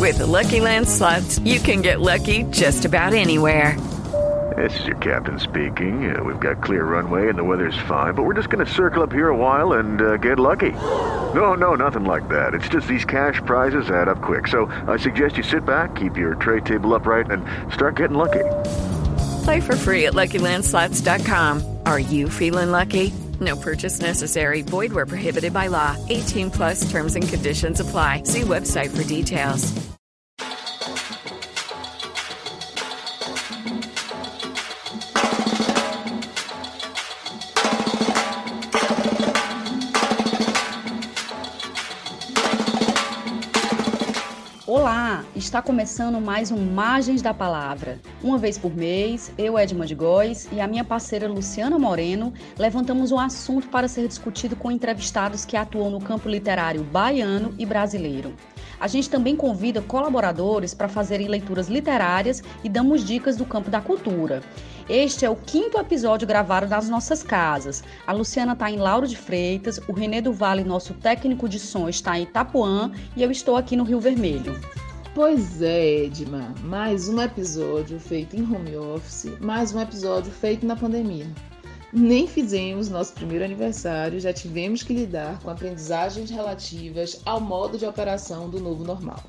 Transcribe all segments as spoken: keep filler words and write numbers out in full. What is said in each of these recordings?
With the Lucky Land Slots, you can get lucky just about anywhere. This is your captain speaking. Uh, we've got clear runway and the weather's fine, but we're just going to circle up here a while and uh, get lucky. No, no, nothing like that. It's just these cash prizes add up quick. So I suggest you sit back, keep your tray table upright, and start getting lucky. Play for free at Lucky Land Slots dot com. Are you feeling lucky? No purchase necessary. Void where prohibited by law. eighteen plus terms and conditions apply. See website for details. Olá, está começando mais um Margens da Palavra. Uma vez por mês, eu, Edma de Góes, e a minha parceira Luciana Moreno levantamos um assunto para ser discutido com entrevistados que atuam no campo literário baiano e brasileiro. A gente também convida colaboradores para fazerem leituras literárias e damos dicas do campo da cultura. Este é o quinto episódio gravado nas nossas casas. A Luciana está em Lauro de Freitas, o Renê do Vale, nosso técnico de som, está em Itapuã e eu estou aqui no Rio Vermelho. Pois é, Edma, mais um episódio feito em home office, mais um episódio feito na pandemia. Nem fizemos nosso primeiro aniversário, já tivemos que lidar com aprendizagens relativas ao modo de operação do novo normal.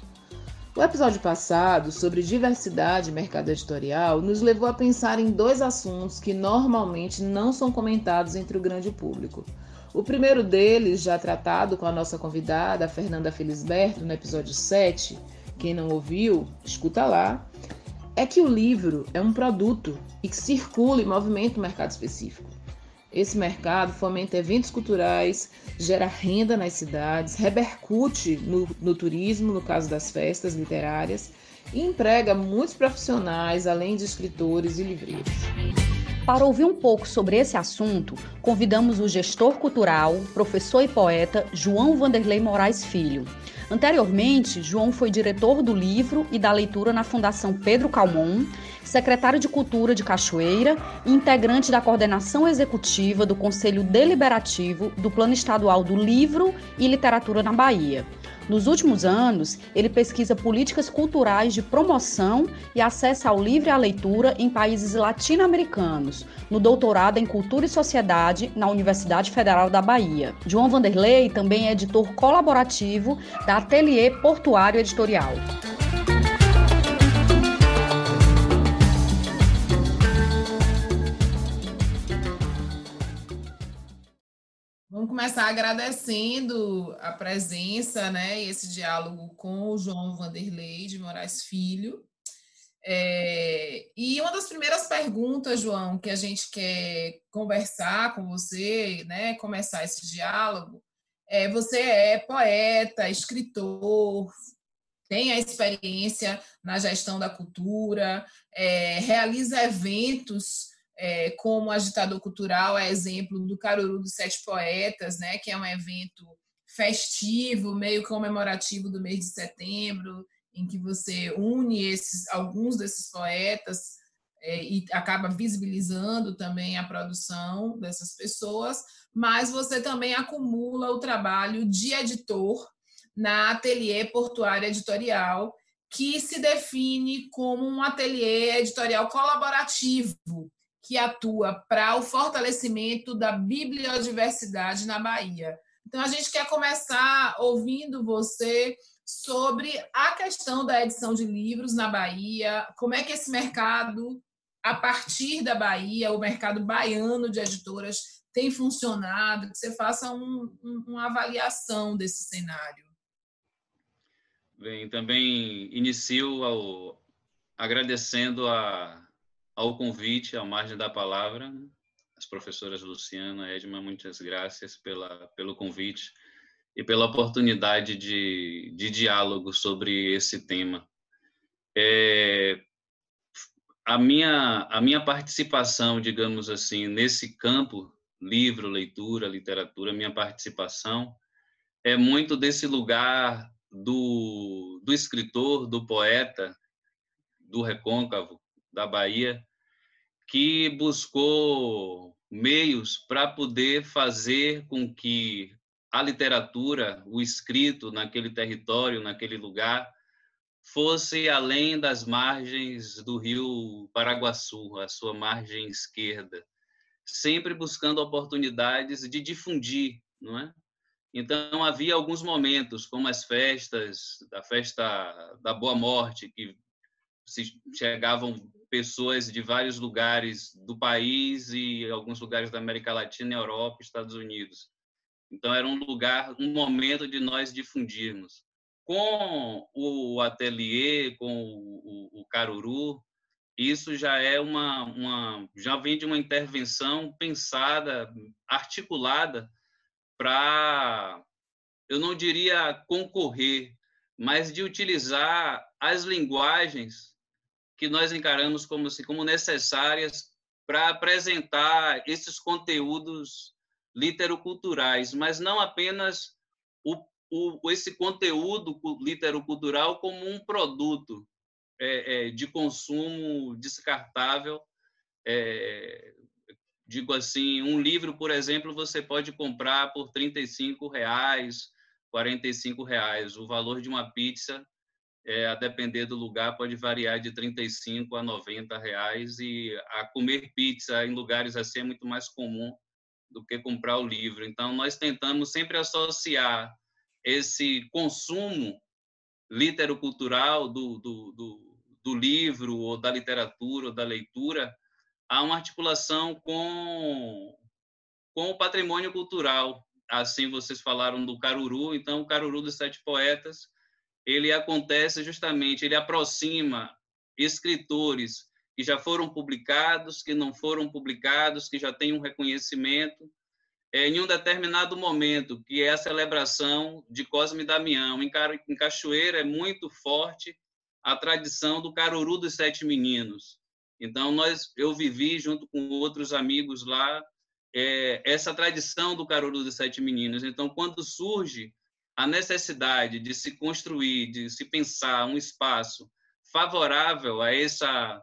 O episódio passado, sobre diversidade e mercado editorial, nos levou a pensar em dois assuntos que normalmente não são comentados entre o grande público. O primeiro deles, já tratado com a nossa convidada, a Fernanda Felisberto, no episódio sete, quem não ouviu, escuta lá, é que o livro é um produto e que circula e movimenta um mercado específico. Esse mercado fomenta eventos culturais, gera renda nas cidades, repercute no, no turismo, no caso das festas literárias, e emprega muitos profissionais, além de escritores e livreiros. Para ouvir um pouco sobre esse assunto, convidamos o gestor cultural, professor e poeta João Vanderlei Moraes Filho. Anteriormente, João foi diretor do livro e da leitura na Fundação Pedro Calmon, secretário de Cultura de Cachoeira e integrante da coordenação executiva do Conselho Deliberativo do Plano Estadual do Livro e Literatura na Bahia. Nos últimos anos, ele pesquisa políticas culturais de promoção e acesso ao livro e à leitura em países latino-americanos, no doutorado em Cultura e Sociedade na Universidade Federal da Bahia. João Vanderlei também é editor colaborativo da Ateliê Portuário Editorial. Vamos começar agradecendo a presença, né, e esse diálogo com o João Vanderlei de Moraes Filho. É, e uma das primeiras perguntas, João, que a gente quer conversar com você, né, começar esse diálogo, é: você é poeta, escritor, tem a experiência na gestão da cultura, é, realiza eventos É, como agitador cultural, é exemplo do Caruru dos Sete Poetas, né, que é um evento festivo, meio comemorativo do mês de setembro, em que você une esses, alguns desses poetas é, e acaba visibilizando também a produção dessas pessoas, mas você também acumula o trabalho de editor na Ateliê Portuário Editorial, que se define como um ateliê editorial colaborativo, que atua para o fortalecimento da bibliodiversidade na Bahia. Então, a gente quer começar ouvindo você sobre a questão da edição de livros na Bahia, como é que esse mercado, a partir da Bahia, o mercado baiano de editoras tem funcionado, que você faça um, um, uma avaliação desse cenário. Bem, também inicio ao, agradecendo a ao convite, à margem da palavra, as professoras Luciana, Edma, muitas graças pela, pelo convite e pela oportunidade de, de diálogo sobre esse tema. É, a, minha, a minha participação, digamos assim, nesse campo, livro, leitura, literatura, minha participação é muito desse lugar do, do escritor, do poeta, do recôncavo, da Bahia, que buscou meios para poder fazer com que a literatura, o escrito naquele território, naquele lugar, fosse além das margens do rio Paraguaçu, a sua margem esquerda, sempre buscando oportunidades de difundir, não é? Então, havia alguns momentos, como as festas, a festa da Boa Morte, que chegavam pessoas de vários lugares do país e alguns lugares da América Latina, Europa, Estados Unidos. Então, era um lugar, um momento de nós difundirmos. Com o ateliê, com o, o, o Caruru, isso já é uma, uma, já vem de uma intervenção pensada, articulada para, eu não diria concorrer, mas de utilizar as linguagens que nós encaramos como, assim, como necessárias para apresentar esses conteúdos literoculturais, mas não apenas o, o, esse conteúdo literocultural como um produto é, é, de consumo descartável. É, digo assim, um livro, por exemplo, você pode comprar por trinta e cinco reais, quarenta e cinco reais. O valor de uma pizza, é, a depender do lugar, pode variar de trinta e cinco a noventa reais, e a comer pizza em lugares assim é muito mais comum do que comprar o livro. Então, nós tentamos sempre associar esse consumo literocultural do, do, do, do livro, ou da literatura, ou da leitura, a uma articulação com, com o patrimônio cultural. Assim, vocês falaram do Caruru, então o Caruru dos Sete Poetas, ele acontece justamente, ele aproxima escritores que já foram publicados, que não foram publicados, que já têm um reconhecimento, é, em um determinado momento, que é a celebração de Cosme e Damião. Em, Ca... em Cachoeira é muito forte a tradição do Caruru dos Sete Meninos. Então, nós, eu vivi, junto com outros amigos lá, é, essa tradição do Caruru dos Sete Meninos. Então, quando surge a necessidade de se construir, de se pensar um espaço favorável a essa,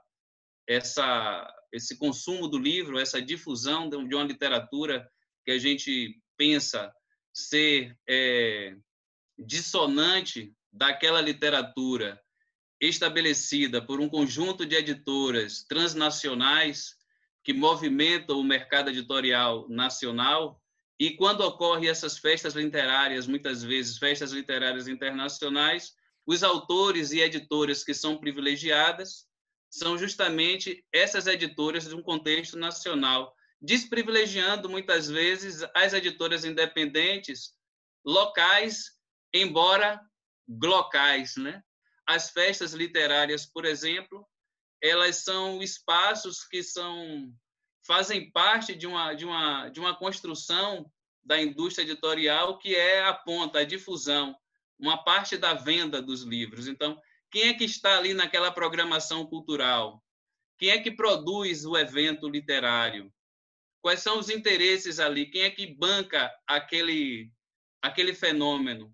essa, esse consumo do livro, essa difusão de uma literatura que a gente pensa ser é, dissonante daquela literatura estabelecida por um conjunto de editoras transnacionais que movimentam o mercado editorial nacional, e quando ocorrem essas festas literárias, muitas vezes festas literárias internacionais, os autores e editoras que são privilegiadas são justamente essas editoras de um contexto nacional, desprivilegiando muitas vezes as editoras independentes locais, embora glocais, né? As festas literárias, por exemplo, elas são espaços que são, fazem parte de uma, de uma, de uma construção da indústria editorial, que é a ponta, a difusão, uma parte da venda dos livros. Então, quem é que está ali naquela programação cultural? Quem é que produz o evento literário? Quais são os interesses ali? Quem é que banca aquele, aquele fenômeno?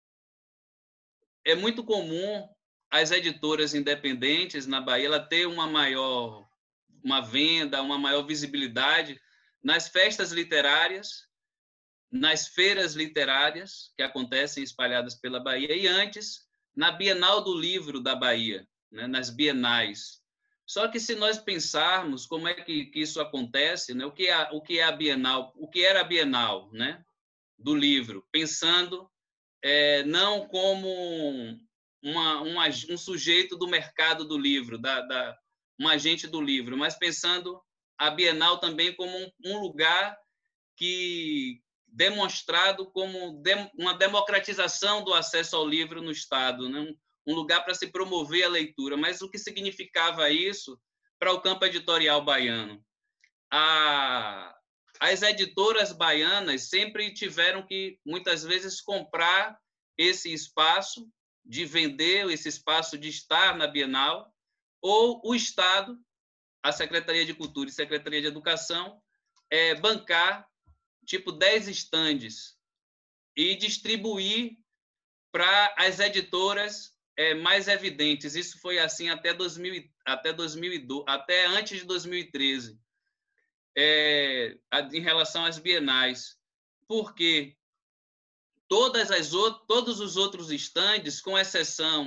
É muito comum as editoras independentes na Bahia ela ter uma maior uma venda, uma maior visibilidade nas festas literárias, nas feiras literárias que acontecem espalhadas pela Bahia, e antes na Bienal do Livro da Bahia, né, nas bienais. Só que se nós pensarmos como é que, que isso acontece, né, o que é o que é a Bienal, o que era a Bienal, né, do livro, pensando é, não como Uma, uma, um sujeito do mercado do livro, da, da, um agente do livro, mas pensando a Bienal também como um, um lugar que demonstrado como de, uma democratização do acesso ao livro no Estado, né? um, um lugar para se promover a leitura. Mas o que significava isso para o campo editorial baiano? A, as editoras baianas sempre tiveram que, muitas vezes, comprar esse espaço, de vender esse espaço, de estar na Bienal, ou o Estado, a Secretaria de Cultura e Secretaria de Educação, é, bancar tipo dez estandes e distribuir para as editoras é, mais evidentes. Isso foi assim até dois mil, até dois mil e doze, até antes de dois mil e treze, é, em relação às bienais. Por quê? Todas as, todos os outros estandes, com exceção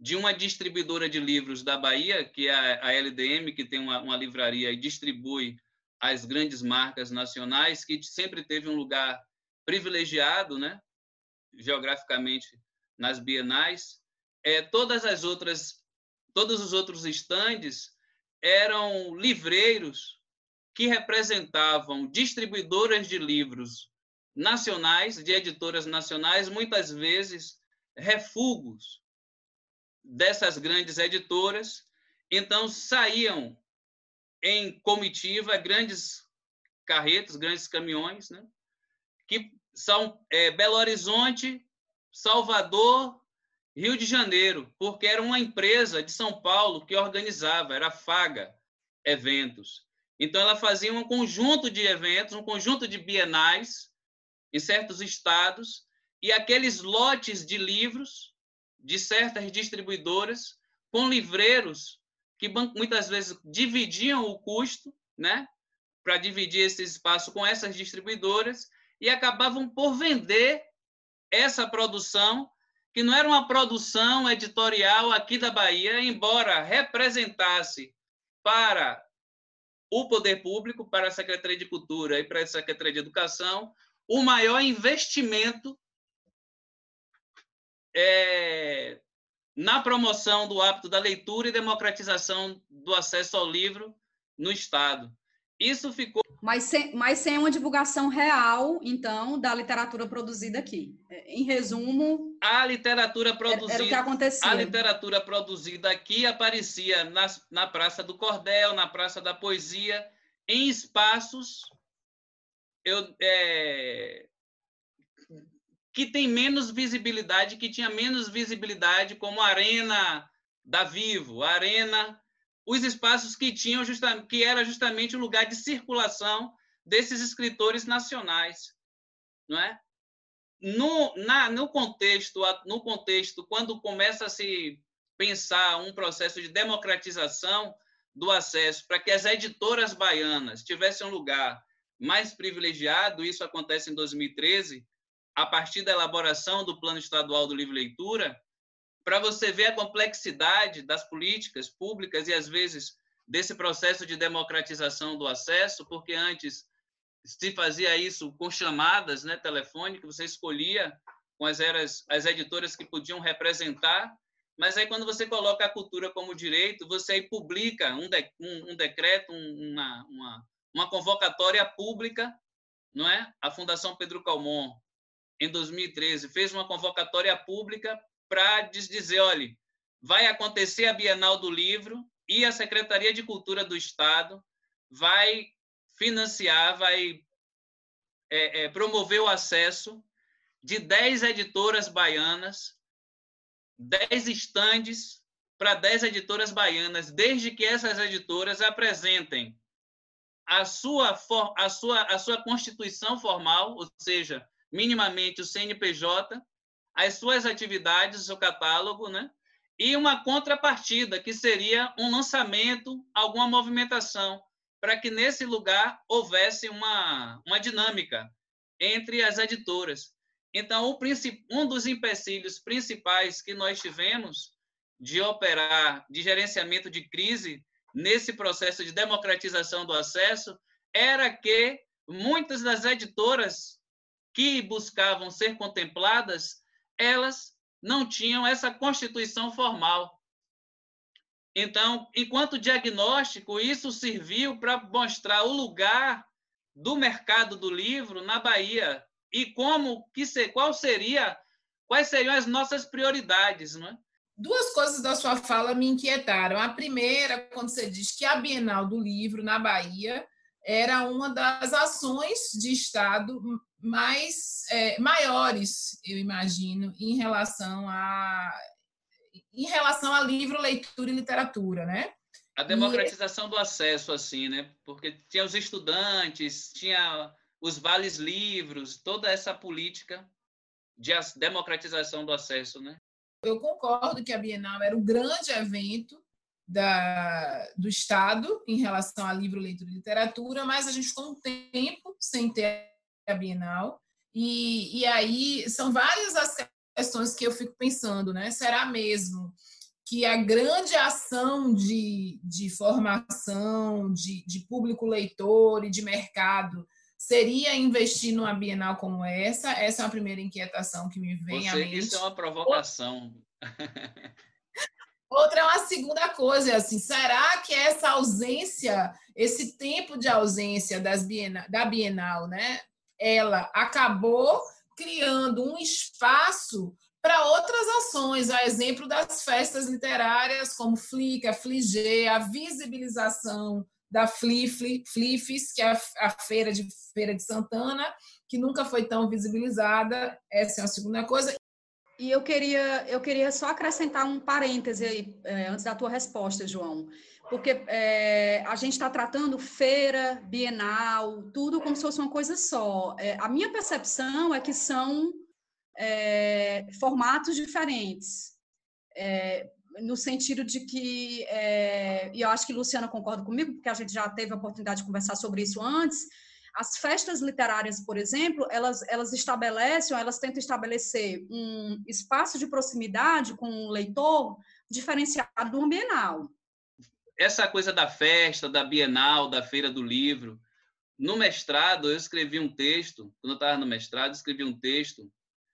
de uma distribuidora de livros da Bahia, que é a L D M, que tem uma, uma livraria e distribui as grandes marcas nacionais, que sempre teve um lugar privilegiado, né, geograficamente, nas bienais. É, todas as outras, todos os outros estandes eram livreiros que representavam distribuidoras de livros nacionais, de editoras nacionais, muitas vezes refugos dessas grandes editoras. Então, saíam em comitiva grandes carretas, grandes caminhões, né? Que são é, Belo Horizonte, Salvador, Rio de Janeiro, porque era uma empresa de São Paulo que organizava, era a Faga Eventos. Então, ela fazia um conjunto de eventos, um conjunto de bienais em certos estados, e aqueles lotes de livros de certas distribuidoras, com livreiros que muitas vezes dividiam o custo, né, para dividir esse espaço com essas distribuidoras, e acabavam por vender essa produção, que não era uma produção editorial aqui da Bahia, embora representasse para o poder público, para a Secretaria de Cultura e para a Secretaria de Educação, o maior investimento é, na promoção do hábito da leitura e democratização do acesso ao livro no Estado. Isso ficou... Mas sem, mas sem uma divulgação real, então, da literatura produzida aqui. Em resumo... A literatura produzida, era o que acontecia. A literatura produzida aqui aparecia na, na Praça do Cordel, na Praça da Poesia, em espaços eu, é, que tem menos visibilidade, que tinha menos visibilidade, como a Arena da Vivo, a Arena... os espaços que tinham justamente, que era justamente o lugar de circulação desses escritores nacionais, não é? No, na, no contexto, no contexto, quando começa a se pensar um processo de democratização do acesso para que as editoras baianas tivessem um lugar mais privilegiado, isso acontece em dois mil e treze, a partir da elaboração do Plano Estadual do Livre Leitura, para você ver a complexidade das políticas públicas e, às vezes, desse processo de democratização do acesso, porque antes se fazia isso com chamadas, né, telefônicas, você escolhia quais eram as, as editoras que podiam representar, mas aí quando você coloca a cultura como direito, você aí publica um, de, um, um decreto, um, uma, uma, uma convocatória pública, não é? A Fundação Pedro Calmon, em dois mil e treze, fez uma convocatória pública para dizer, olha, vai acontecer a Bienal do Livro e a Secretaria de Cultura do Estado vai financiar, vai é, é, promover o acesso de dez editoras baianas, dez estandes para dez editoras baianas, desde que essas editoras apresentem a sua, a sua, a sua constituição formal, ou seja, minimamente o C N P J, as suas atividades, o seu catálogo, né? E uma contrapartida, que seria um lançamento, alguma movimentação, para que nesse lugar houvesse uma, uma dinâmica entre as editoras. Então, o um dos empecilhos principais que nós tivemos de operar, de gerenciamento de crise, nesse processo de democratização do acesso, era que muitas das editoras que buscavam ser contempladas, elas não tinham essa constituição formal. Então, enquanto diagnóstico, isso serviu para mostrar o lugar do mercado do livro na Bahia e como que ser, qual seria, quais seriam as nossas prioridades, não é? Duas coisas da sua fala me inquietaram. A primeira, quando você diz que a Bienal do Livro na Bahia era uma das ações de Estado mais é, maiores, eu imagino, em relação a em relação a livro, leitura e literatura, né? A democratização e... do acesso, assim, né? Porque tinha os estudantes, tinha os vales livros, toda essa política de democratização do acesso, né? Eu concordo que a Bienal era um grande evento da, do Estado em relação a livro, leitura e literatura, mas a gente ficou um tempo sem ter a Bienal, e, e aí são várias as questões que eu fico pensando, né? Será mesmo que a grande ação de, de formação, de, de público leitor e de mercado seria investir numa Bienal como essa? Essa é a primeira inquietação que me vem Você, à mente. Isso é uma provocação. Outra é uma segunda coisa, assim, será que essa ausência, esse tempo de ausência das Bienal, da Bienal, né, ela acabou criando um espaço para outras ações, a exemplo das festas literárias como Flic, a Fligê, a visibilização da Flif, Flifes, que é a feira de, feira de Santana, que nunca foi tão visibilizada. Essa é a segunda coisa. E eu queria, eu queria só acrescentar um parêntese aí, é, antes da tua resposta, João, porque é, a gente está tratando feira, Bienal, tudo como se fosse uma coisa só. É, a minha percepção é que são é, formatos diferentes, é, no sentido de que, é, e eu acho que Luciana concorda comigo, porque a gente já teve a oportunidade de conversar sobre isso antes. As festas literárias, por exemplo, elas, elas estabelecem, elas tentam estabelecer um espaço de proximidade com o leitor diferenciado do Bienal. Essa coisa da festa, da Bienal, da Feira do Livro. No mestrado, eu escrevi um texto, quando eu estava no mestrado, escrevi um texto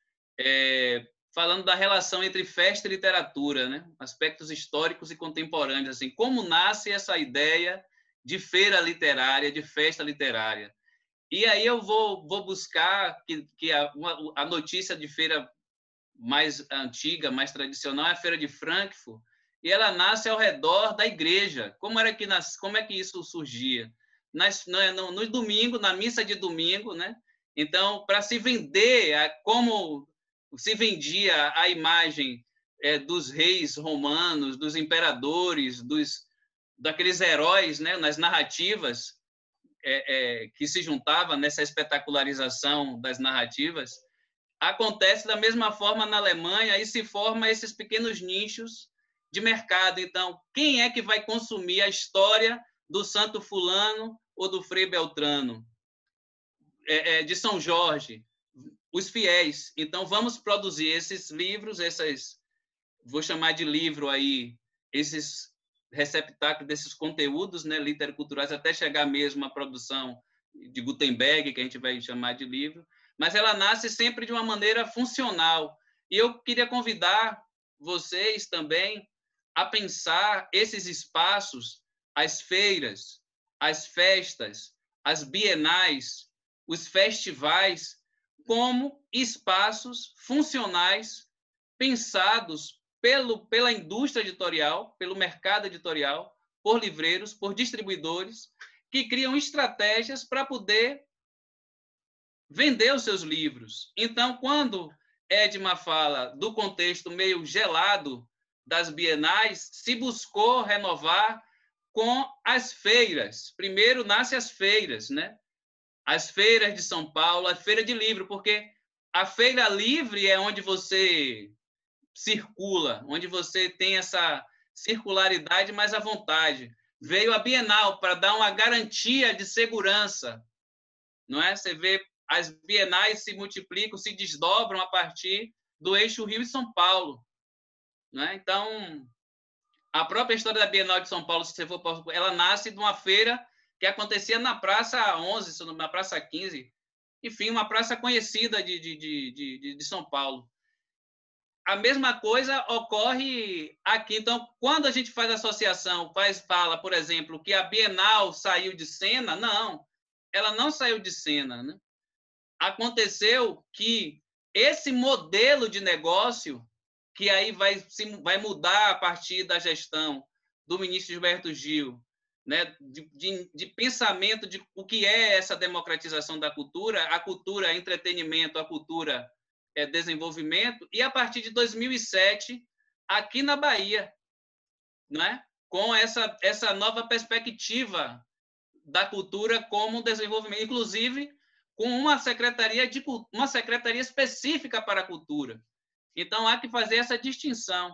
é, falando da relação entre festa e literatura, né? Aspectos históricos e contemporâneos, assim, como nasce essa ideia de feira literária, de festa literária. E aí eu vou, vou buscar que, que a, uma, a notícia de feira mais antiga, mais tradicional, é a Feira de Frankfurt, e ela nasce ao redor da igreja. Como, era que nas, como é que isso surgia? Nas, no, no domingo, na missa de domingo, né? Então, para se vender, a, como se vendia a imagem é, dos reis romanos, dos imperadores, dos, daqueles heróis, né? Nas narrativas, É, é, que se juntava nessa espetacularização das narrativas, acontece da mesma forma na Alemanha e se formam esses pequenos nichos de mercado. Então, quem é que vai consumir a história do Santo Fulano ou do Frei Beltrano? É, é, de São Jorge? Os fiéis. Então, vamos produzir esses livros, essas, vou chamar de livro aí, esses receptáculo desses conteúdos, né, literaculturais, até chegar mesmo à produção de Gutenberg, que a gente vai chamar de livro, mas ela nasce sempre de uma maneira funcional. E eu queria convidar vocês também a pensar esses espaços, as feiras, as festas, as bienais, os festivais, como espaços funcionais pensados Pelo, pela indústria editorial, pelo mercado editorial, por livreiros, por distribuidores, que criam estratégias para poder vender os seus livros. Então, quando Edma fala do contexto meio gelado das bienais, se buscou renovar com as feiras. Primeiro nascem as feiras, né? As feiras de São Paulo, a feira de livro, porque a feira livre é onde você circula, onde você tem essa circularidade mais à vontade. Veio a Bienal para dar uma garantia de segurança, não é? Você vê as bienais se multiplicam, se desdobram a partir do eixo Rio e São Paulo, não é? Então, a própria história da Bienal de São Paulo, se você for, ela nasce de uma feira que acontecia na Praça onze, na Praça quinze, enfim, uma praça conhecida de, de, de, de, de São Paulo. A mesma coisa ocorre aqui. Então, quando a gente faz associação, faz, fala, por exemplo, que a Bienal saiu de cena, não, ela não saiu de cena, né? Aconteceu que esse modelo de negócio, que aí vai, se, vai mudar a partir da gestão do ministro Gilberto Gil, né? de, de, de pensamento de o que é essa democratização da cultura, a cultura é entretenimento, a cultura é desenvolvimento, e a partir de dois mil e sete, aqui na Bahia, né? Com essa, essa nova perspectiva da cultura como desenvolvimento, inclusive com uma secretaria, de, uma secretaria específica para a cultura. Então, há que fazer essa distinção.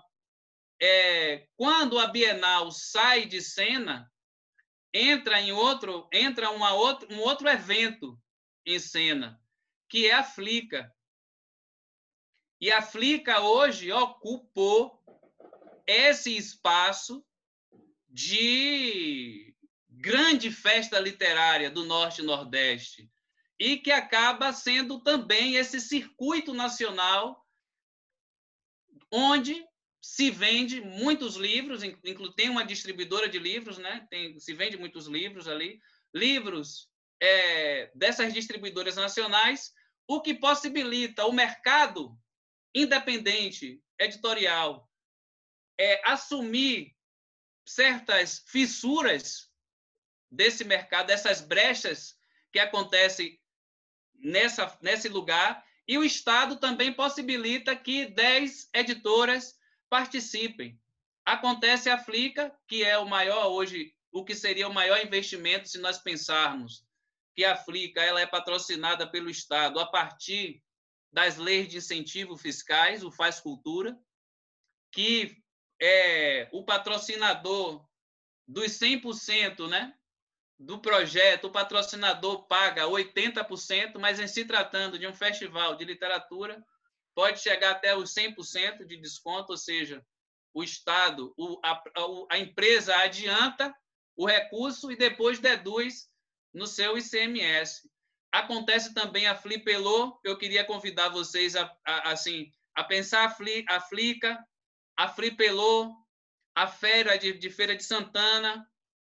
É, quando a Bienal sai de cena, entra em outro, entra uma outro, um outro evento em cena, que é a Flica. E a Flica hoje ocupou esse espaço de grande festa literária do Norte e Nordeste, e que acaba sendo também esse circuito nacional onde se vende muitos livros, tem uma distribuidora de livros, né? Tem, se vende muitos livros ali, livros é, dessas distribuidoras nacionais, o que possibilita o mercado independente editorial é, assumir certas fissuras desse mercado, essas brechas que acontecem nessa, nesse lugar, e o Estado também possibilita que dez editoras participem. Acontece a Flica, que é o maior hoje, o que seria o maior investimento se nós pensarmos que a Flica ela é patrocinada pelo Estado a partir das leis de incentivo fiscais, o Faz Cultura, que é o patrocinador dos cem por cento, né, do projeto, o patrocinador paga oitenta por cento, mas em se tratando de um festival de literatura, pode chegar até os cem por cento de desconto, ou seja, o Estado, o, a, a empresa adianta o recurso e depois deduz no seu I C M S. Acontece também a Flipelô, eu queria convidar vocês a, a, assim, a pensar a, Fli, a Flica, a Flipelô, a Feira de, de Feira de Santana,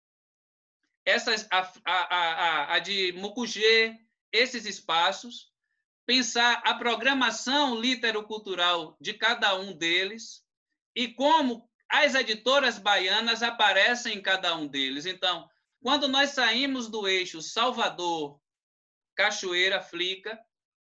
essas, a, a, a, a de Mucugê, esses espaços, pensar a programação litero-cultural de cada um deles e como as editoras baianas aparecem em cada um deles. Então, quando nós saímos do eixo Salvador, Cachoeira, Flica,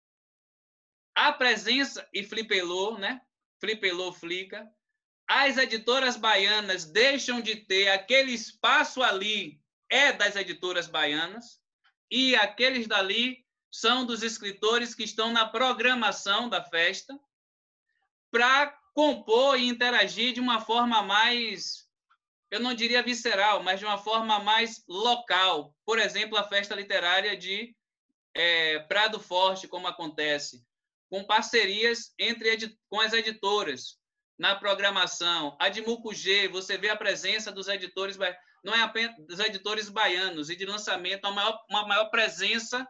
a presença, e Flipelô, né? Flipelô, Flica, as editoras baianas deixam de ter aquele espaço ali, é das editoras baianas, e aqueles dali são dos escritores que estão na programação da festa para compor e interagir de uma forma mais, eu não diria visceral, mas de uma forma mais local. Por exemplo, a festa literária de é, Prado Forte, como acontece, com parcerias entre com as editoras na programação. A de Mucugê, você vê a presença dos editores, não é apenas dos editores baianos, e de lançamento, uma maior, uma maior presença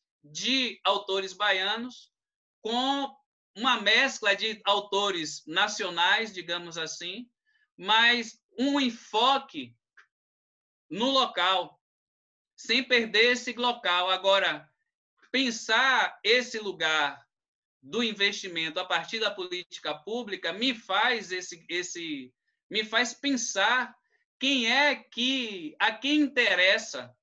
de autores baianos com uma mescla de autores nacionais, digamos assim, mas um enfoque no local, sem perder esse local. Agora, pensar esse lugar do investimento a partir da política pública me faz esse, esse me faz pensar quem é que a quem interessa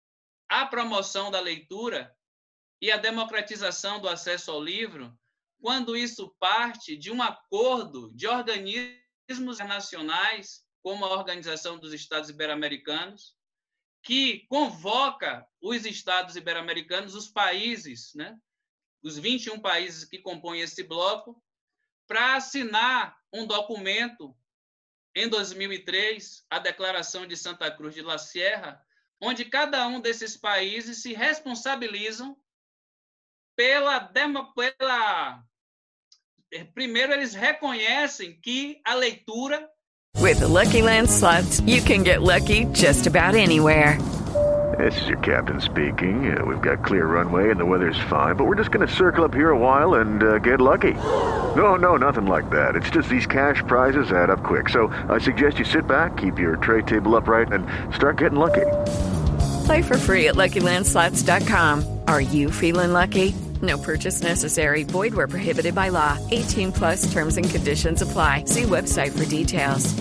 a promoção da leitura e a democratização do acesso ao livro, quando isso parte de um acordo de organismos internacionais, como a Organização dos Estados Ibero-Americanos, que convoca os Estados ibero-americanos, os países, né, os vinte e um países que compõem esse bloco, para assinar um documento, em dois mil e três, a Declaração de Santa Cruz de la Sierra, onde cada um desses países se responsabilizam pela, demo, pela... Primeiro, eles reconhecem que a leitura... With the Lucky Land Slots, you can get lucky just about anywhere. This is your captain speaking. Uh, we've got clear runway and the weather's fine, but we're just going to circle up here a while and uh, get lucky. No, no, nothing like that. It's just these cash prizes add up quick. So I suggest you sit back, keep your tray table upright, and start getting lucky. Play for free at Lucky Land Slots dot com. Are you feeling lucky? No purchase necessary. Void where prohibited by law. eighteen plus terms and conditions apply. See website for details.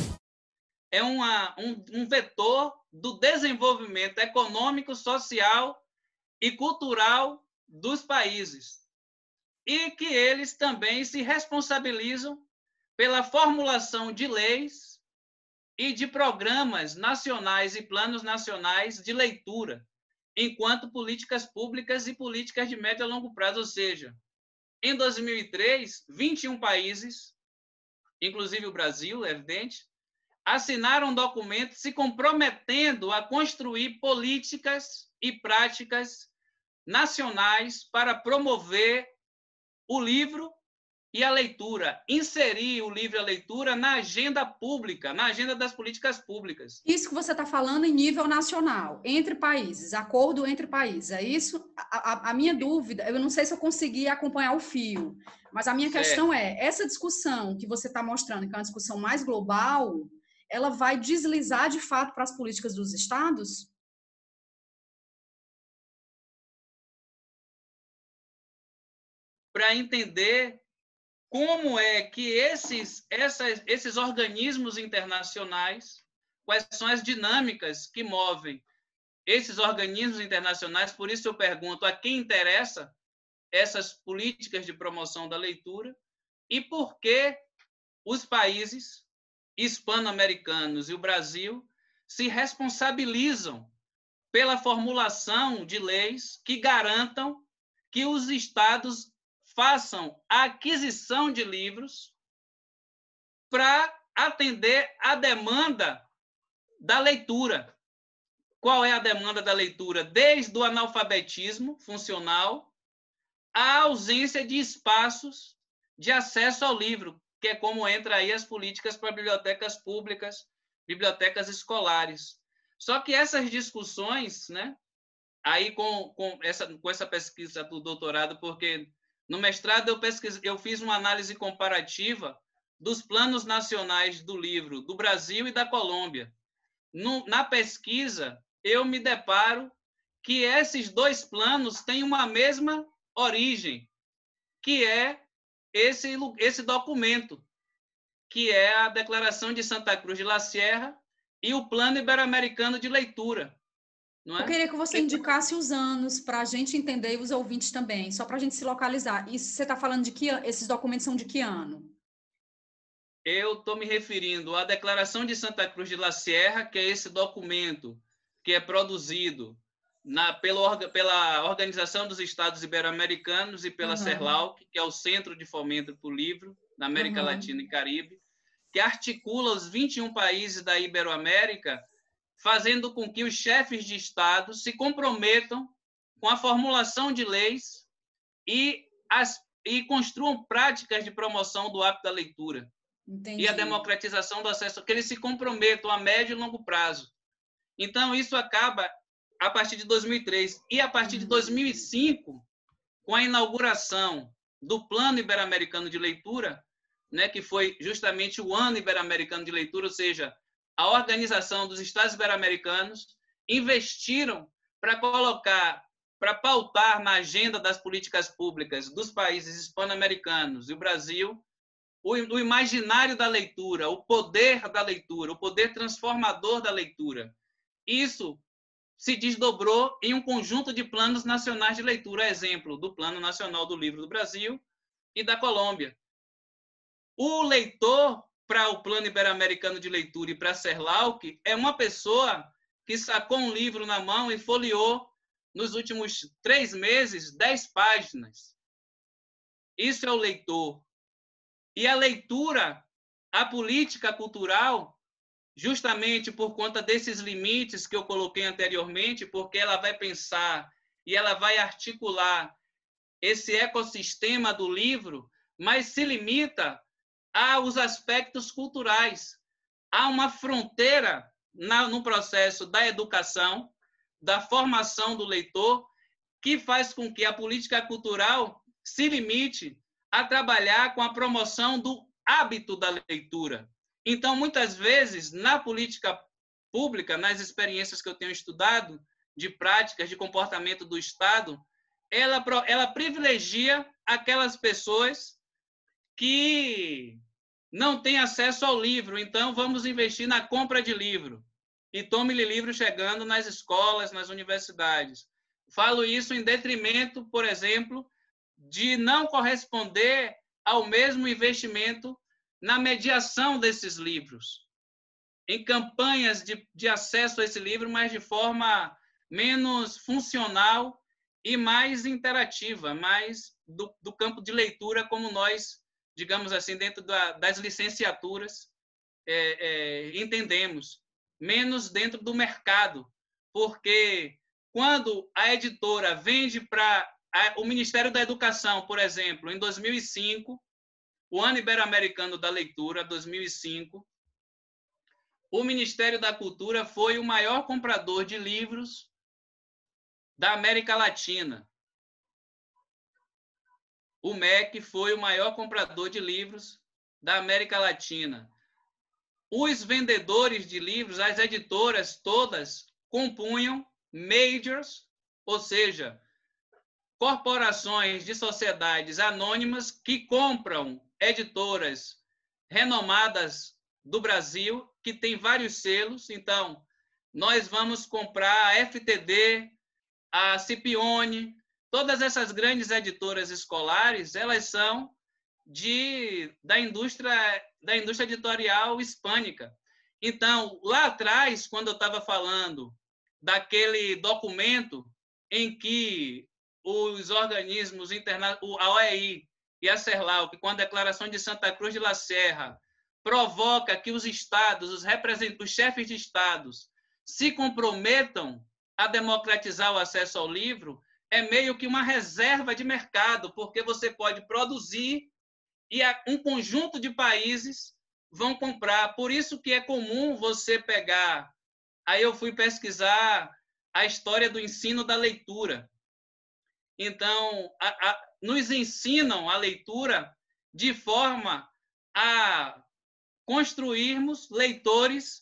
É uma, um, um vetor do desenvolvimento econômico, social e cultural dos países. E que eles também se responsabilizam pela formulação de leis e de programas nacionais e planos nacionais de leitura, enquanto políticas públicas e políticas de médio a longo prazo. Ou seja, em dois mil e três, vinte e um países, inclusive o Brasil, é evidente, assinaram um documento se comprometendo a construir políticas e práticas nacionais para promover o livro e a leitura, inserir o livro e a leitura na agenda pública, na agenda das políticas públicas. Isso que você está falando em nível nacional, entre países, acordo entre países, é isso? A, a, a minha dúvida, eu não sei se eu consegui acompanhar o fio, mas a minha certo. questão é, essa discussão que você está mostrando, que é uma discussão mais global, ela vai deslizar de fato para as políticas dos estados? Para entender como é que esses, essas, esses organismos internacionais, quais são as dinâmicas que movem esses organismos internacionais, por isso eu pergunto a quem interessa essas políticas de promoção da leitura e por que os países hispano-americanos e o Brasil se responsabilizam pela formulação de leis que garantam que os estados façam a aquisição de livros para atender a demanda da leitura. Qual é a demanda da leitura? Desde o analfabetismo funcional à ausência de espaços de acesso ao livro, que é como entra aí as políticas para bibliotecas públicas, bibliotecas escolares. Só que essas discussões, né, aí com, com, essa, com essa pesquisa do doutorado, porque no mestrado, eu, pesquise, eu fiz uma análise comparativa dos planos nacionais do livro do Brasil e da Colômbia. No, na pesquisa, eu me deparo que esses dois planos têm uma mesma origem, que é esse, esse documento, que é a Declaração de Santa Cruz de la Sierra e o Plano Ibero-Americano de Leitura. Não é? Eu queria que você indicasse os anos para a gente entender e os ouvintes também, só para a gente se localizar. E você está falando de que esses documentos são de que ano? Eu estou me referindo à Declaração de Santa Cruz de la Sierra, que é esse documento que é produzido na, pela, pela Organização dos Estados Ibero-Americanos e pela uhum. CERLAUC, que é o Centro de Fomento para o Livro da América uhum. Latina e Caribe, que articula os vinte e um países da Iberoamérica, fazendo com que os chefes de Estado se comprometam com a formulação de leis e, as, e construam práticas de promoção do hábito da leitura. Entendi. E a democratização do acesso, que eles se comprometam a médio e longo prazo. Então, isso acaba a partir de dois mil e três. E a partir uhum. de dois mil e cinco, com a inauguração do Plano Ibero-Americano de Leitura, né, que foi justamente o Ano Ibero-Americano de Leitura, ou seja, a Organização dos Estados Ibero-Americanos, investiram para colocar, para pautar na agenda das políticas públicas dos países hispano-americanos e o Brasil, o, o imaginário da leitura, o poder da leitura, o poder transformador da leitura. Isso se desdobrou em um conjunto de planos nacionais de leitura, exemplo do Plano Nacional do Livro do Brasil e da Colômbia. O leitor, para o Plano Ibero-Americano de Leitura e para a CERLAUC, é uma pessoa que sacou um livro na mão e folheou, nos últimos três meses, dez páginas. Isso é o leitor. E a leitura, a política cultural, justamente por conta desses limites que eu coloquei anteriormente, porque ela vai pensar e ela vai articular esse ecossistema do livro, mas se limita aos aspectos culturais. Há uma fronteira na, no processo da educação, da formação do leitor, que faz com que a política cultural se limite a trabalhar com a promoção do hábito da leitura. Então, muitas vezes, na política pública, nas experiências que eu tenho estudado, de práticas de comportamento do Estado, ela, ela privilegia aquelas pessoas que não têm acesso ao livro, então vamos investir na compra de livro. E tome-lhe livro chegando nas escolas, nas universidades. Falo isso em detrimento, por exemplo, de não corresponder ao mesmo investimento na mediação desses livros, em campanhas de, de acesso a esse livro, mas de forma menos funcional e mais interativa, mais do, do campo de leitura, como nós, digamos assim, dentro da, das licenciaturas, é, é, entendemos, menos dentro do mercado, porque quando a editora vende para o Ministério da Educação, por exemplo, em dois mil e cinco, o Ano Ibero-Americano da Leitura, dois mil e cinco, o Ministério da Cultura foi o maior comprador de livros da América Latina. O M E C foi o maior comprador de livros da América Latina. Os vendedores de livros, as editoras todas, compunham majors, ou seja, corporações de sociedades anônimas que compram editoras renomadas do Brasil, que tem vários selos. Então, nós vamos comprar a F T D, a Scipione, todas essas grandes editoras escolares, elas são de, da, indústria, da indústria editorial hispânica. Então, lá atrás, quando eu estava falando daquele documento em que os organismos internacionais, a O E I e a CERLAU, que com a Declaração de Santa Cruz de la Sierra, provoca que os estados, os representantes, os chefes de estados, se comprometam a democratizar o acesso ao livro, é meio que uma reserva de mercado, porque você pode produzir e um conjunto de países vão comprar. Por isso que é comum você pegar... Aí eu fui pesquisar a história do ensino da leitura. Então, a, a, nos ensinam a leitura de forma a construirmos leitores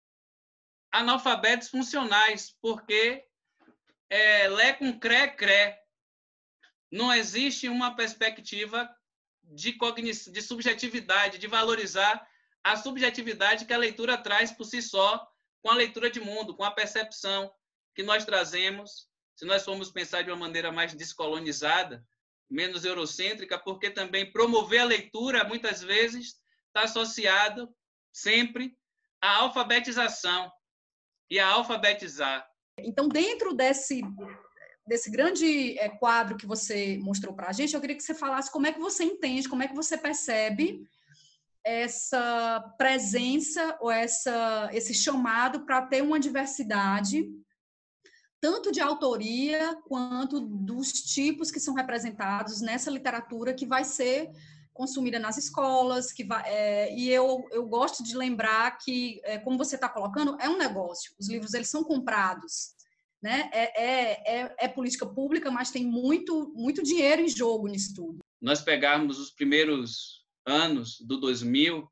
analfabetos funcionais, porque é, lé com cré, cré. Não existe uma perspectiva de, cognição, de subjetividade, de valorizar a subjetividade que a leitura traz por si só, com a leitura de mundo, com a percepção que nós trazemos, se nós formos pensar de uma maneira mais descolonizada, menos eurocêntrica, porque também promover a leitura, muitas vezes, está associado sempre à alfabetização e a alfabetizar. Então, dentro desse, desse grande é, quadro que você mostrou para a gente, eu queria que você falasse como é que você entende, como é que você percebe essa presença ou essa, esse chamado para ter uma diversidade, tanto de autoria quanto dos tipos que são representados nessa literatura que vai ser consumida nas escolas, que vai, é, e eu, eu gosto de lembrar que, é, como você está colocando, é um negócio, os livros eles são comprados, né? é, é, é, é política pública, mas tem muito, muito dinheiro em jogo nisso tudo. Nós pegarmos os primeiros anos do dois mil,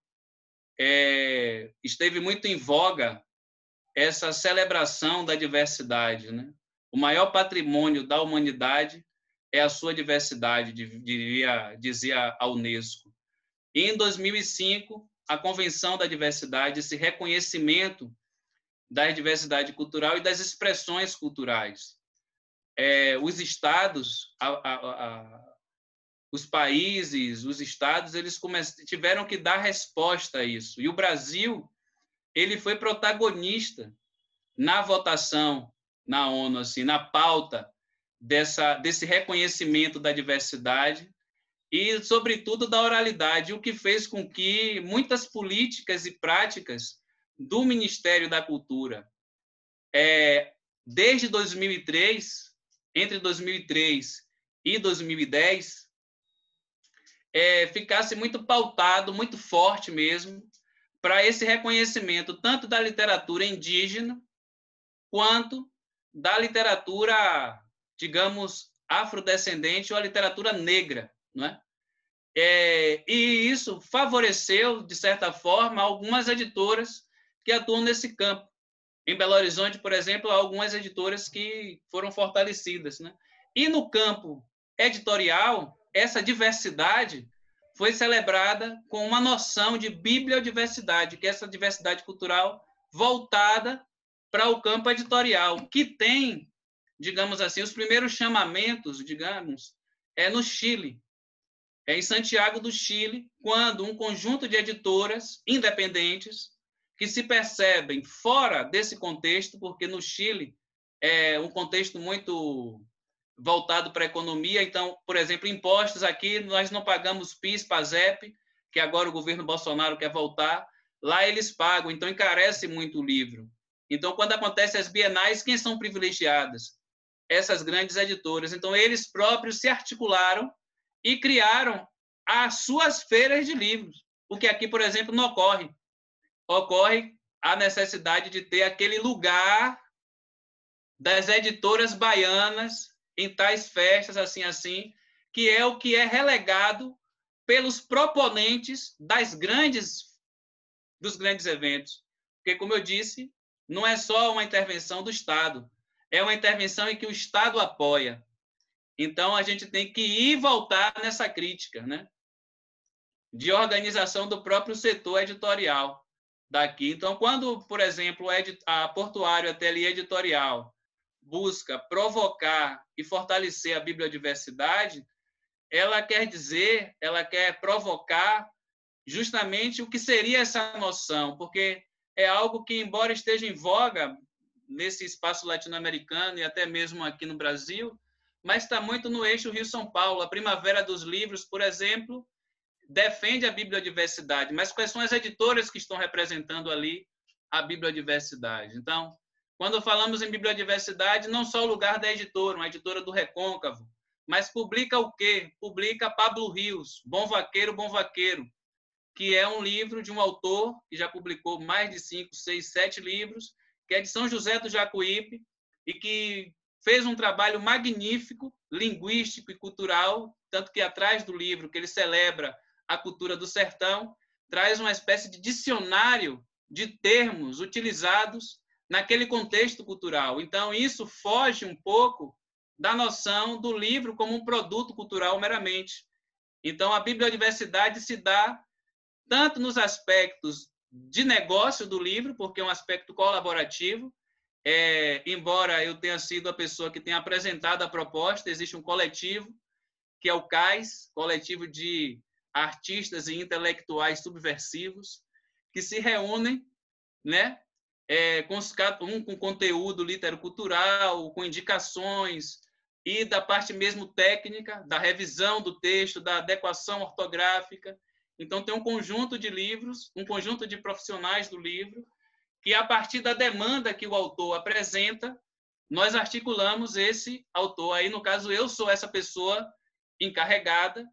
é, esteve muito em voga essa celebração da diversidade, né? O maior patrimônio da humanidade é a sua diversidade, diria, dizia a Unesco. E em dois mil e cinco, a Convenção da Diversidade, esse reconhecimento da diversidade cultural e das expressões culturais. É, os estados, a, a, a, os países, os estados, eles tiveram que dar resposta a isso. E o Brasil, ele foi protagonista na votação na ONU, assim, na pauta dessa, desse reconhecimento da diversidade e, sobretudo, da oralidade, o que fez com que muitas políticas e práticas do Ministério da Cultura, é, desde dois mil e três, entre dois mil e três e dois mil e dez, é, ficasse muito pautado, muito forte mesmo, para esse reconhecimento tanto da literatura indígena quanto da literatura, digamos, afrodescendente ou a literatura negra, não é? É, e isso favoreceu, de certa forma, algumas editoras que atuam nesse campo. Em Belo Horizonte, por exemplo, há algumas editoras que foram fortalecidas, né? E no campo editorial, essa diversidade foi celebrada com uma noção de bibliodiversidade, que é essa diversidade cultural voltada para o campo editorial, que tem, digamos assim, os primeiros chamamentos, digamos, é no Chile, é em Santiago do Chile, quando um conjunto de editoras independentes que se percebem fora desse contexto, porque no Chile é um contexto muito voltado para a economia. Então, por exemplo, impostos aqui, nós não pagamos PIS, PASEP, que agora o governo Bolsonaro quer voltar, lá eles pagam, então encarece muito o livro. Então, quando acontecem as bienais, quem são privilegiadas? Essas grandes editoras. Então, eles próprios se articularam e criaram as suas feiras de livros, o que aqui, por exemplo, não ocorre. Ocorre a necessidade de ter aquele lugar das editoras baianas em tais festas, assim, assim, que é o que é relegado pelos proponentes das grandes, dos grandes eventos. Porque, como eu disse, não é só uma intervenção do Estado, é uma intervenção em que o Estado apoia. Então, a gente tem que ir e voltar nessa crítica, né? De organização do próprio setor editorial daqui. Então, quando, por exemplo, a Portuário Ateliê Editorial busca provocar e fortalecer a bibliodiversidade, ela quer dizer, ela quer provocar justamente o que seria essa noção, porque é algo que, embora esteja em voga nesse espaço latino-americano e até mesmo aqui no Brasil, mas está muito no eixo Rio-São Paulo. A Primavera dos Livros, por exemplo, defende a bibliodiversidade, mas quais são as editoras que estão representando ali a bibliodiversidade? Então, quando falamos em bibliodiversidade, não só o lugar da editora, uma editora do Recôncavo, mas publica o quê? Publica Pablo Rios, Bom Vaqueiro, Bom Vaqueiro, que é um livro de um autor que já publicou mais de cinco, seis, sete livros, que é de São José do Jacuípe, e que fez um trabalho magnífico, linguístico e cultural, tanto que atrás do livro, que ele celebra a cultura do sertão, traz uma espécie de dicionário de termos utilizados naquele contexto cultural. Então, isso foge um pouco da noção do livro como um produto cultural meramente. Então, a bibliodiversidade se dá tanto nos aspectos de negócio do livro, porque é um aspecto colaborativo, é, embora eu tenha sido a pessoa que tenha apresentado a proposta, existe um coletivo, que é o CAIS, Coletivo de Artistas e Intelectuais Subversivos, que se reúnem, né, é, com, os, um com conteúdo litero-cultural, com indicações, e da parte mesmo técnica, da revisão do texto, da adequação ortográfica. Então, tem um conjunto de livros, um conjunto de profissionais do livro, que, a partir da demanda que o autor apresenta, nós articulamos esse autor. Aí, no caso, eu sou essa pessoa encarregada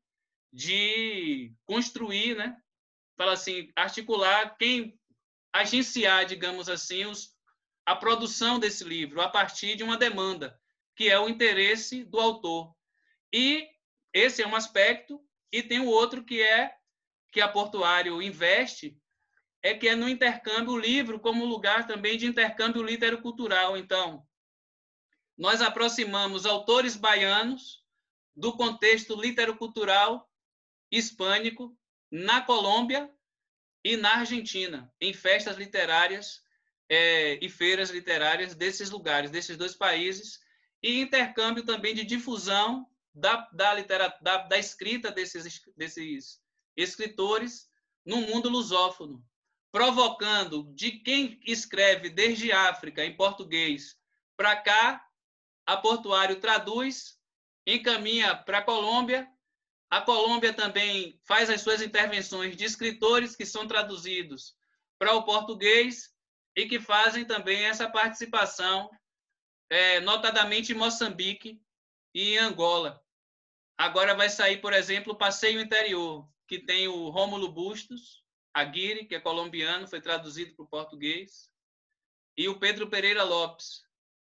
de construir, né? Fala assim, articular, quem agenciar, digamos assim, os, a produção desse livro a partir de uma demanda, que é o interesse do autor. E esse é um aspecto, e tem o outro que é que a Portuário investe, é que é no intercâmbio, o livro como lugar também de intercâmbio litero-cultural. Então, nós aproximamos autores baianos do contexto litero-cultural hispânico na Colômbia e na Argentina, em festas literárias é, e feiras literárias desses lugares, desses dois países, e intercâmbio também de difusão da, da, literatura, da, da escrita desses, desses escritores no mundo lusófono, provocando de quem escreve desde África em português para cá, a Portuário traduz, encaminha para a Colômbia, a Colômbia também faz as suas intervenções de escritores que são traduzidos para o português e que fazem também essa participação, é, notadamente em Moçambique e em Angola. Agora vai sair, por exemplo, o Passeio Interior, que tem o Rômulo Bustos Aguirre, que é colombiano, foi traduzido para o português, e o Pedro Pereira Lopes,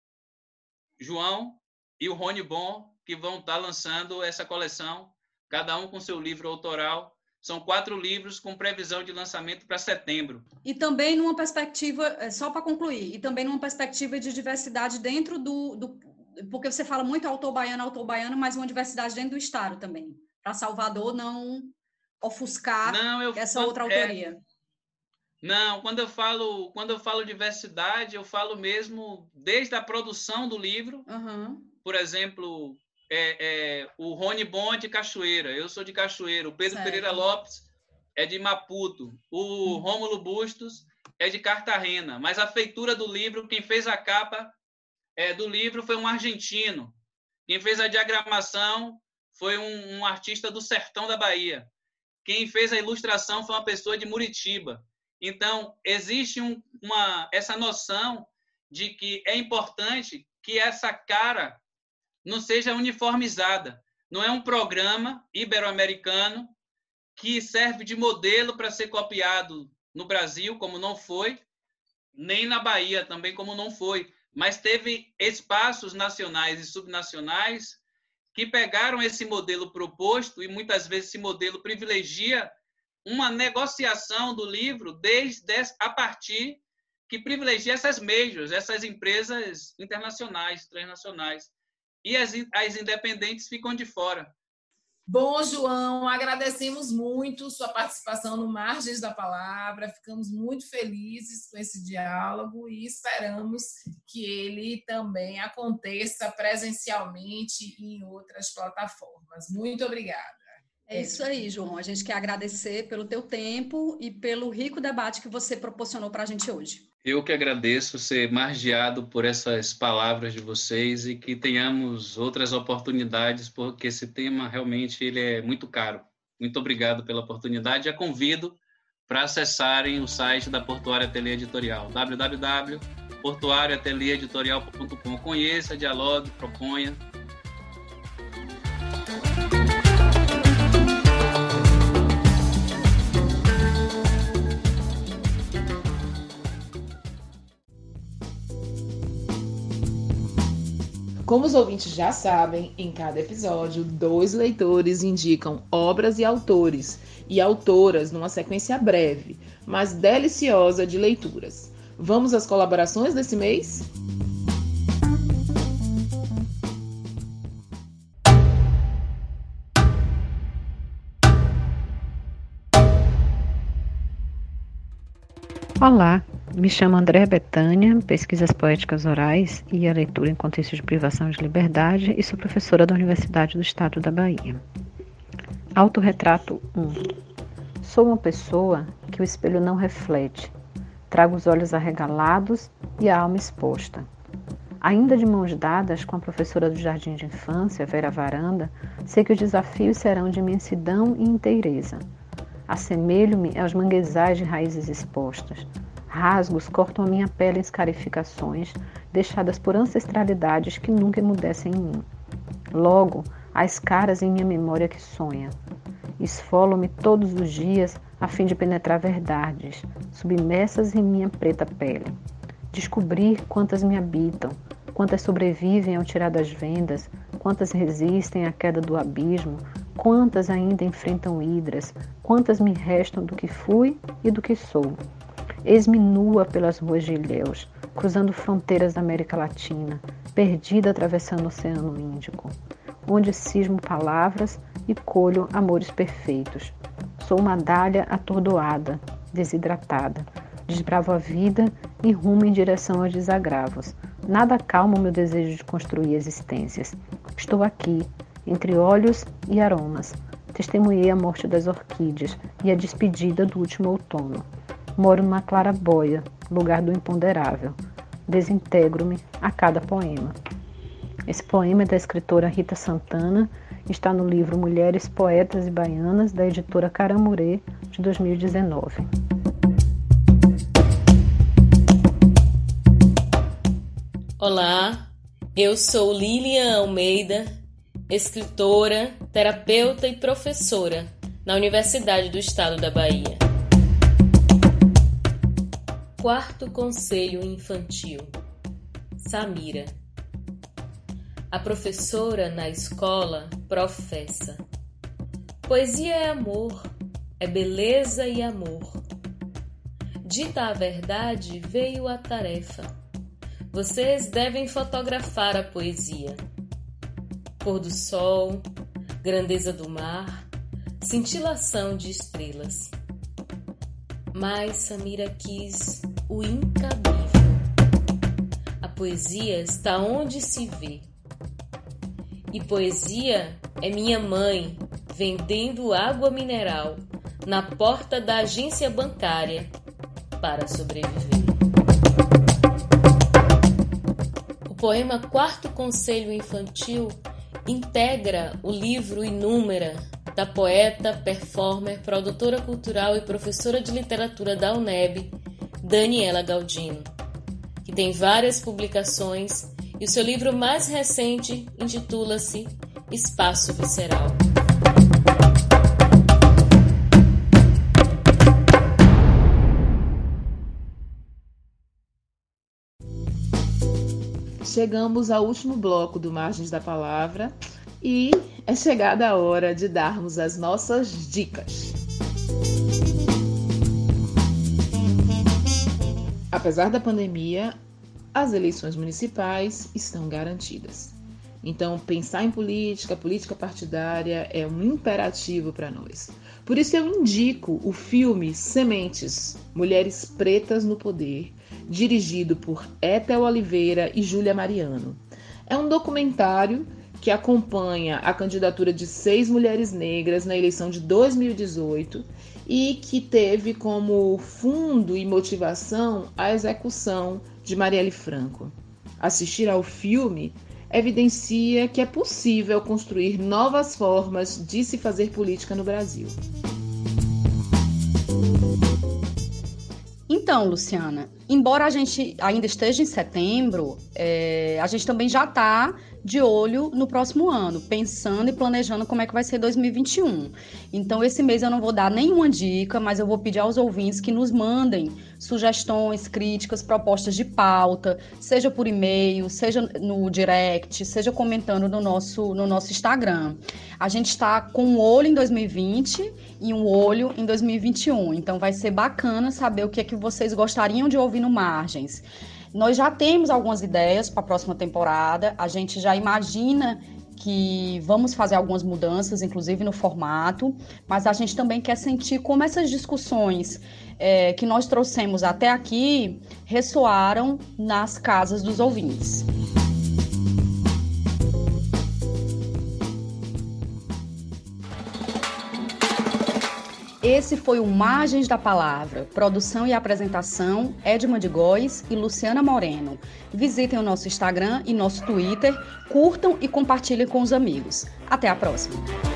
João e o Rony Bon, que vão estar lançando essa coleção, cada um com seu livro autoral. São quatro livros com previsão de lançamento para setembro. E também numa perspectiva, só para concluir, e também numa perspectiva de diversidade dentro do, do... Porque você fala muito autor baiano, autor baiano, mas uma diversidade dentro do Estado também. Para Salvador não ofuscar não, eu, essa outra autoria. É, não, quando eu falo quando eu falo diversidade, eu falo mesmo desde a produção do livro. Uhum. Por exemplo, é, é, o Rony Bon é de Cachoeira, eu sou de Cachoeira, o Pedro certo. Pereira Lopes é de Maputo, o uhum. Rômulo Bustos é de Cartagena, mas a feitura do livro, quem fez a capa é, do livro foi um argentino, quem fez a diagramação foi um, um artista do sertão da Bahia, quem fez a ilustração foi uma pessoa de Muritiba. Então, existe um, uma, essa noção de que é importante que essa cara não seja uniformizada. Não é um programa ibero-americano que serve de modelo para ser copiado no Brasil, como não foi, nem na Bahia também, como não foi. Mas teve espaços nacionais e subnacionais que pegaram esse modelo proposto e muitas vezes esse modelo privilegia uma negociação do livro desde a partir que privilegia essas majors, essas empresas internacionais, transnacionais. E as, as independentes ficam de fora. Bom, João, agradecemos muito sua participação no Margens da Palavra, ficamos muito felizes com esse diálogo e esperamos que ele também aconteça presencialmente em outras plataformas. Muito obrigada. É isso aí, João. A gente quer agradecer pelo teu tempo e pelo rico debate que você proporcionou para a gente hoje. Eu que agradeço ser margeado por essas palavras de vocês e que tenhamos outras oportunidades, porque esse tema realmente ele é muito caro. Muito obrigado pela oportunidade e a convido para acessarem o site da Portuária Ateliê Editorial, w w w ponto portuária ateliê editorial ponto com. Conheça, dialogue, proponha. Como os ouvintes já sabem, em cada episódio, dois leitores indicam obras e autores e autoras numa sequência breve, mas deliciosa de leituras. Vamos às colaborações desse mês? Olá, me chamo Andréa Betânia, pesquisas poéticas orais e a leitura em contexto de privação de liberdade e sou professora da Universidade do Estado da Bahia. Autorretrato um. Sou uma pessoa que o espelho não reflete. Trago os olhos arregalados e a alma exposta. Ainda de mãos dadas com a professora do Jardim de Infância, Vera Varanda, sei que os desafios serão de imensidão e inteireza. Assemelho-me aos manguezais de raízes expostas. Rasgos cortam a minha pele em escarificações, deixadas por ancestralidades que nunca emudecem em mim. Logo, há escaras em minha memória que sonha. Esfolo-me todos os dias a fim de penetrar verdades, submersas em minha preta pele. Descobrir quantas me habitam, quantas sobrevivem ao tirar das vendas, quantas resistem à queda do abismo, quantas ainda enfrentam hidras, quantas me restam do que fui e do que sou. Eis-me nua pelas ruas de Ilhéus, cruzando fronteiras da América Latina, perdida atravessando o Oceano Índico, onde cismo palavras e colho amores perfeitos. Sou uma dália atordoada, desidratada, desbravo a vida e rumo em direção aos desagravos. Nada acalma o meu desejo de construir existências. Estou aqui, entre olhos e aromas. Testemunhei a morte das orquídeas e a despedida do último outono. Moro numa clarabóia, lugar do imponderável. Desintegro-me a cada poema. Esse poema é da escritora Rita Santana, está no livro Mulheres, Poetas e Baianas, da editora Caramurê, de dois mil e dezenove. Olá, eu sou Lilian Almeida, escritora, terapeuta e professora na Universidade do Estado da Bahia. Quarto Conselho Infantil. Samira. A professora na escola professa: poesia é amor, é beleza e amor. Dita a verdade, veio a tarefa. Vocês devem fotografar a poesia. Pôr do sol, grandeza do mar, cintilação de estrelas. Mas Samira quis o incabível. A poesia está onde se vê. E poesia é minha mãe vendendo água mineral na porta da agência bancária para sobreviver. O poema Quarto Conselho Infantil integra o livro Inúmera, da poeta, performer, produtora cultural e professora de literatura da U N E B, Daniela Galdino, que tem várias publicações e o seu livro mais recente intitula-se Espaço Visceral. chegamos ao último bloco do Margens da Palavra e é chegada a hora de darmos as nossas dicas. Apesar da pandemia, as eleições municipais estão garantidas. Então, pensar em política, política partidária é um imperativo para nós. Por isso eu indico o filme Sementes, Mulheres Pretas no Poder, dirigido por Ethel Oliveira e Júlia Mariano. É um documentário que acompanha a candidatura de seis mulheres negras na eleição de dois mil e dezoito e que teve como fundo e motivação a execução de Marielle Franco. Assistir ao filme evidencia que é possível construir novas formas de se fazer política no Brasil. Então, Luciana, embora a gente ainda esteja em setembro, é, a gente também já está de olho no próximo ano, pensando e planejando como é que vai ser dois mil e vinte e um. Então, esse mês eu não vou dar nenhuma dica, mas eu vou pedir aos ouvintes que nos mandem sugestões, críticas, propostas de pauta, seja por e-mail, seja no direct, seja comentando no nosso, no nosso Instagram. A gente está com um olho em dois mil e vinte e um olho em dois mil e vinte e um, então vai ser bacana saber o que é que vocês gostariam de ouvir no Margens. Nós já temos algumas ideias para a próxima temporada, a gente já imagina que vamos fazer algumas mudanças, inclusive no formato, mas a gente também quer sentir como essas discussões é, que nós trouxemos até aqui ressoaram nas casas dos ouvintes. Esse foi o Margens da Palavra. Produção e apresentação, Edma de Góes e Luciana Moreno. Visitem o nosso Instagram e nosso Twitter, curtam e compartilhem com os amigos. Até a próxima!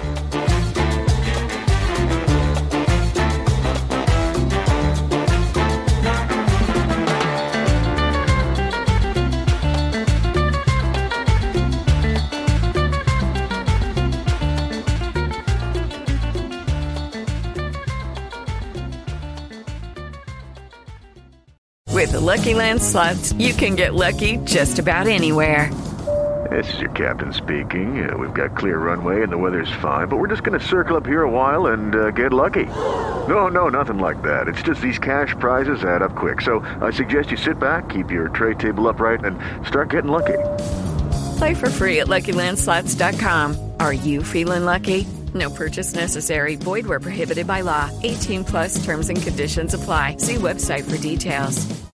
With the Lucky Land Slots, you can get lucky just about anywhere. This is your captain speaking. Uh, we've got clear runway and the weather's fine, but we're just going to circle up here a while and uh, get lucky. No, no, nothing like that. It's just these cash prizes add up quick. So I suggest you sit back, keep your tray table upright, and start getting lucky. Play for free at Lucky Land Slots dot com. Are you feeling lucky? No purchase necessary. Void where prohibited by law. eighteen plus terms and conditions apply. See website for details.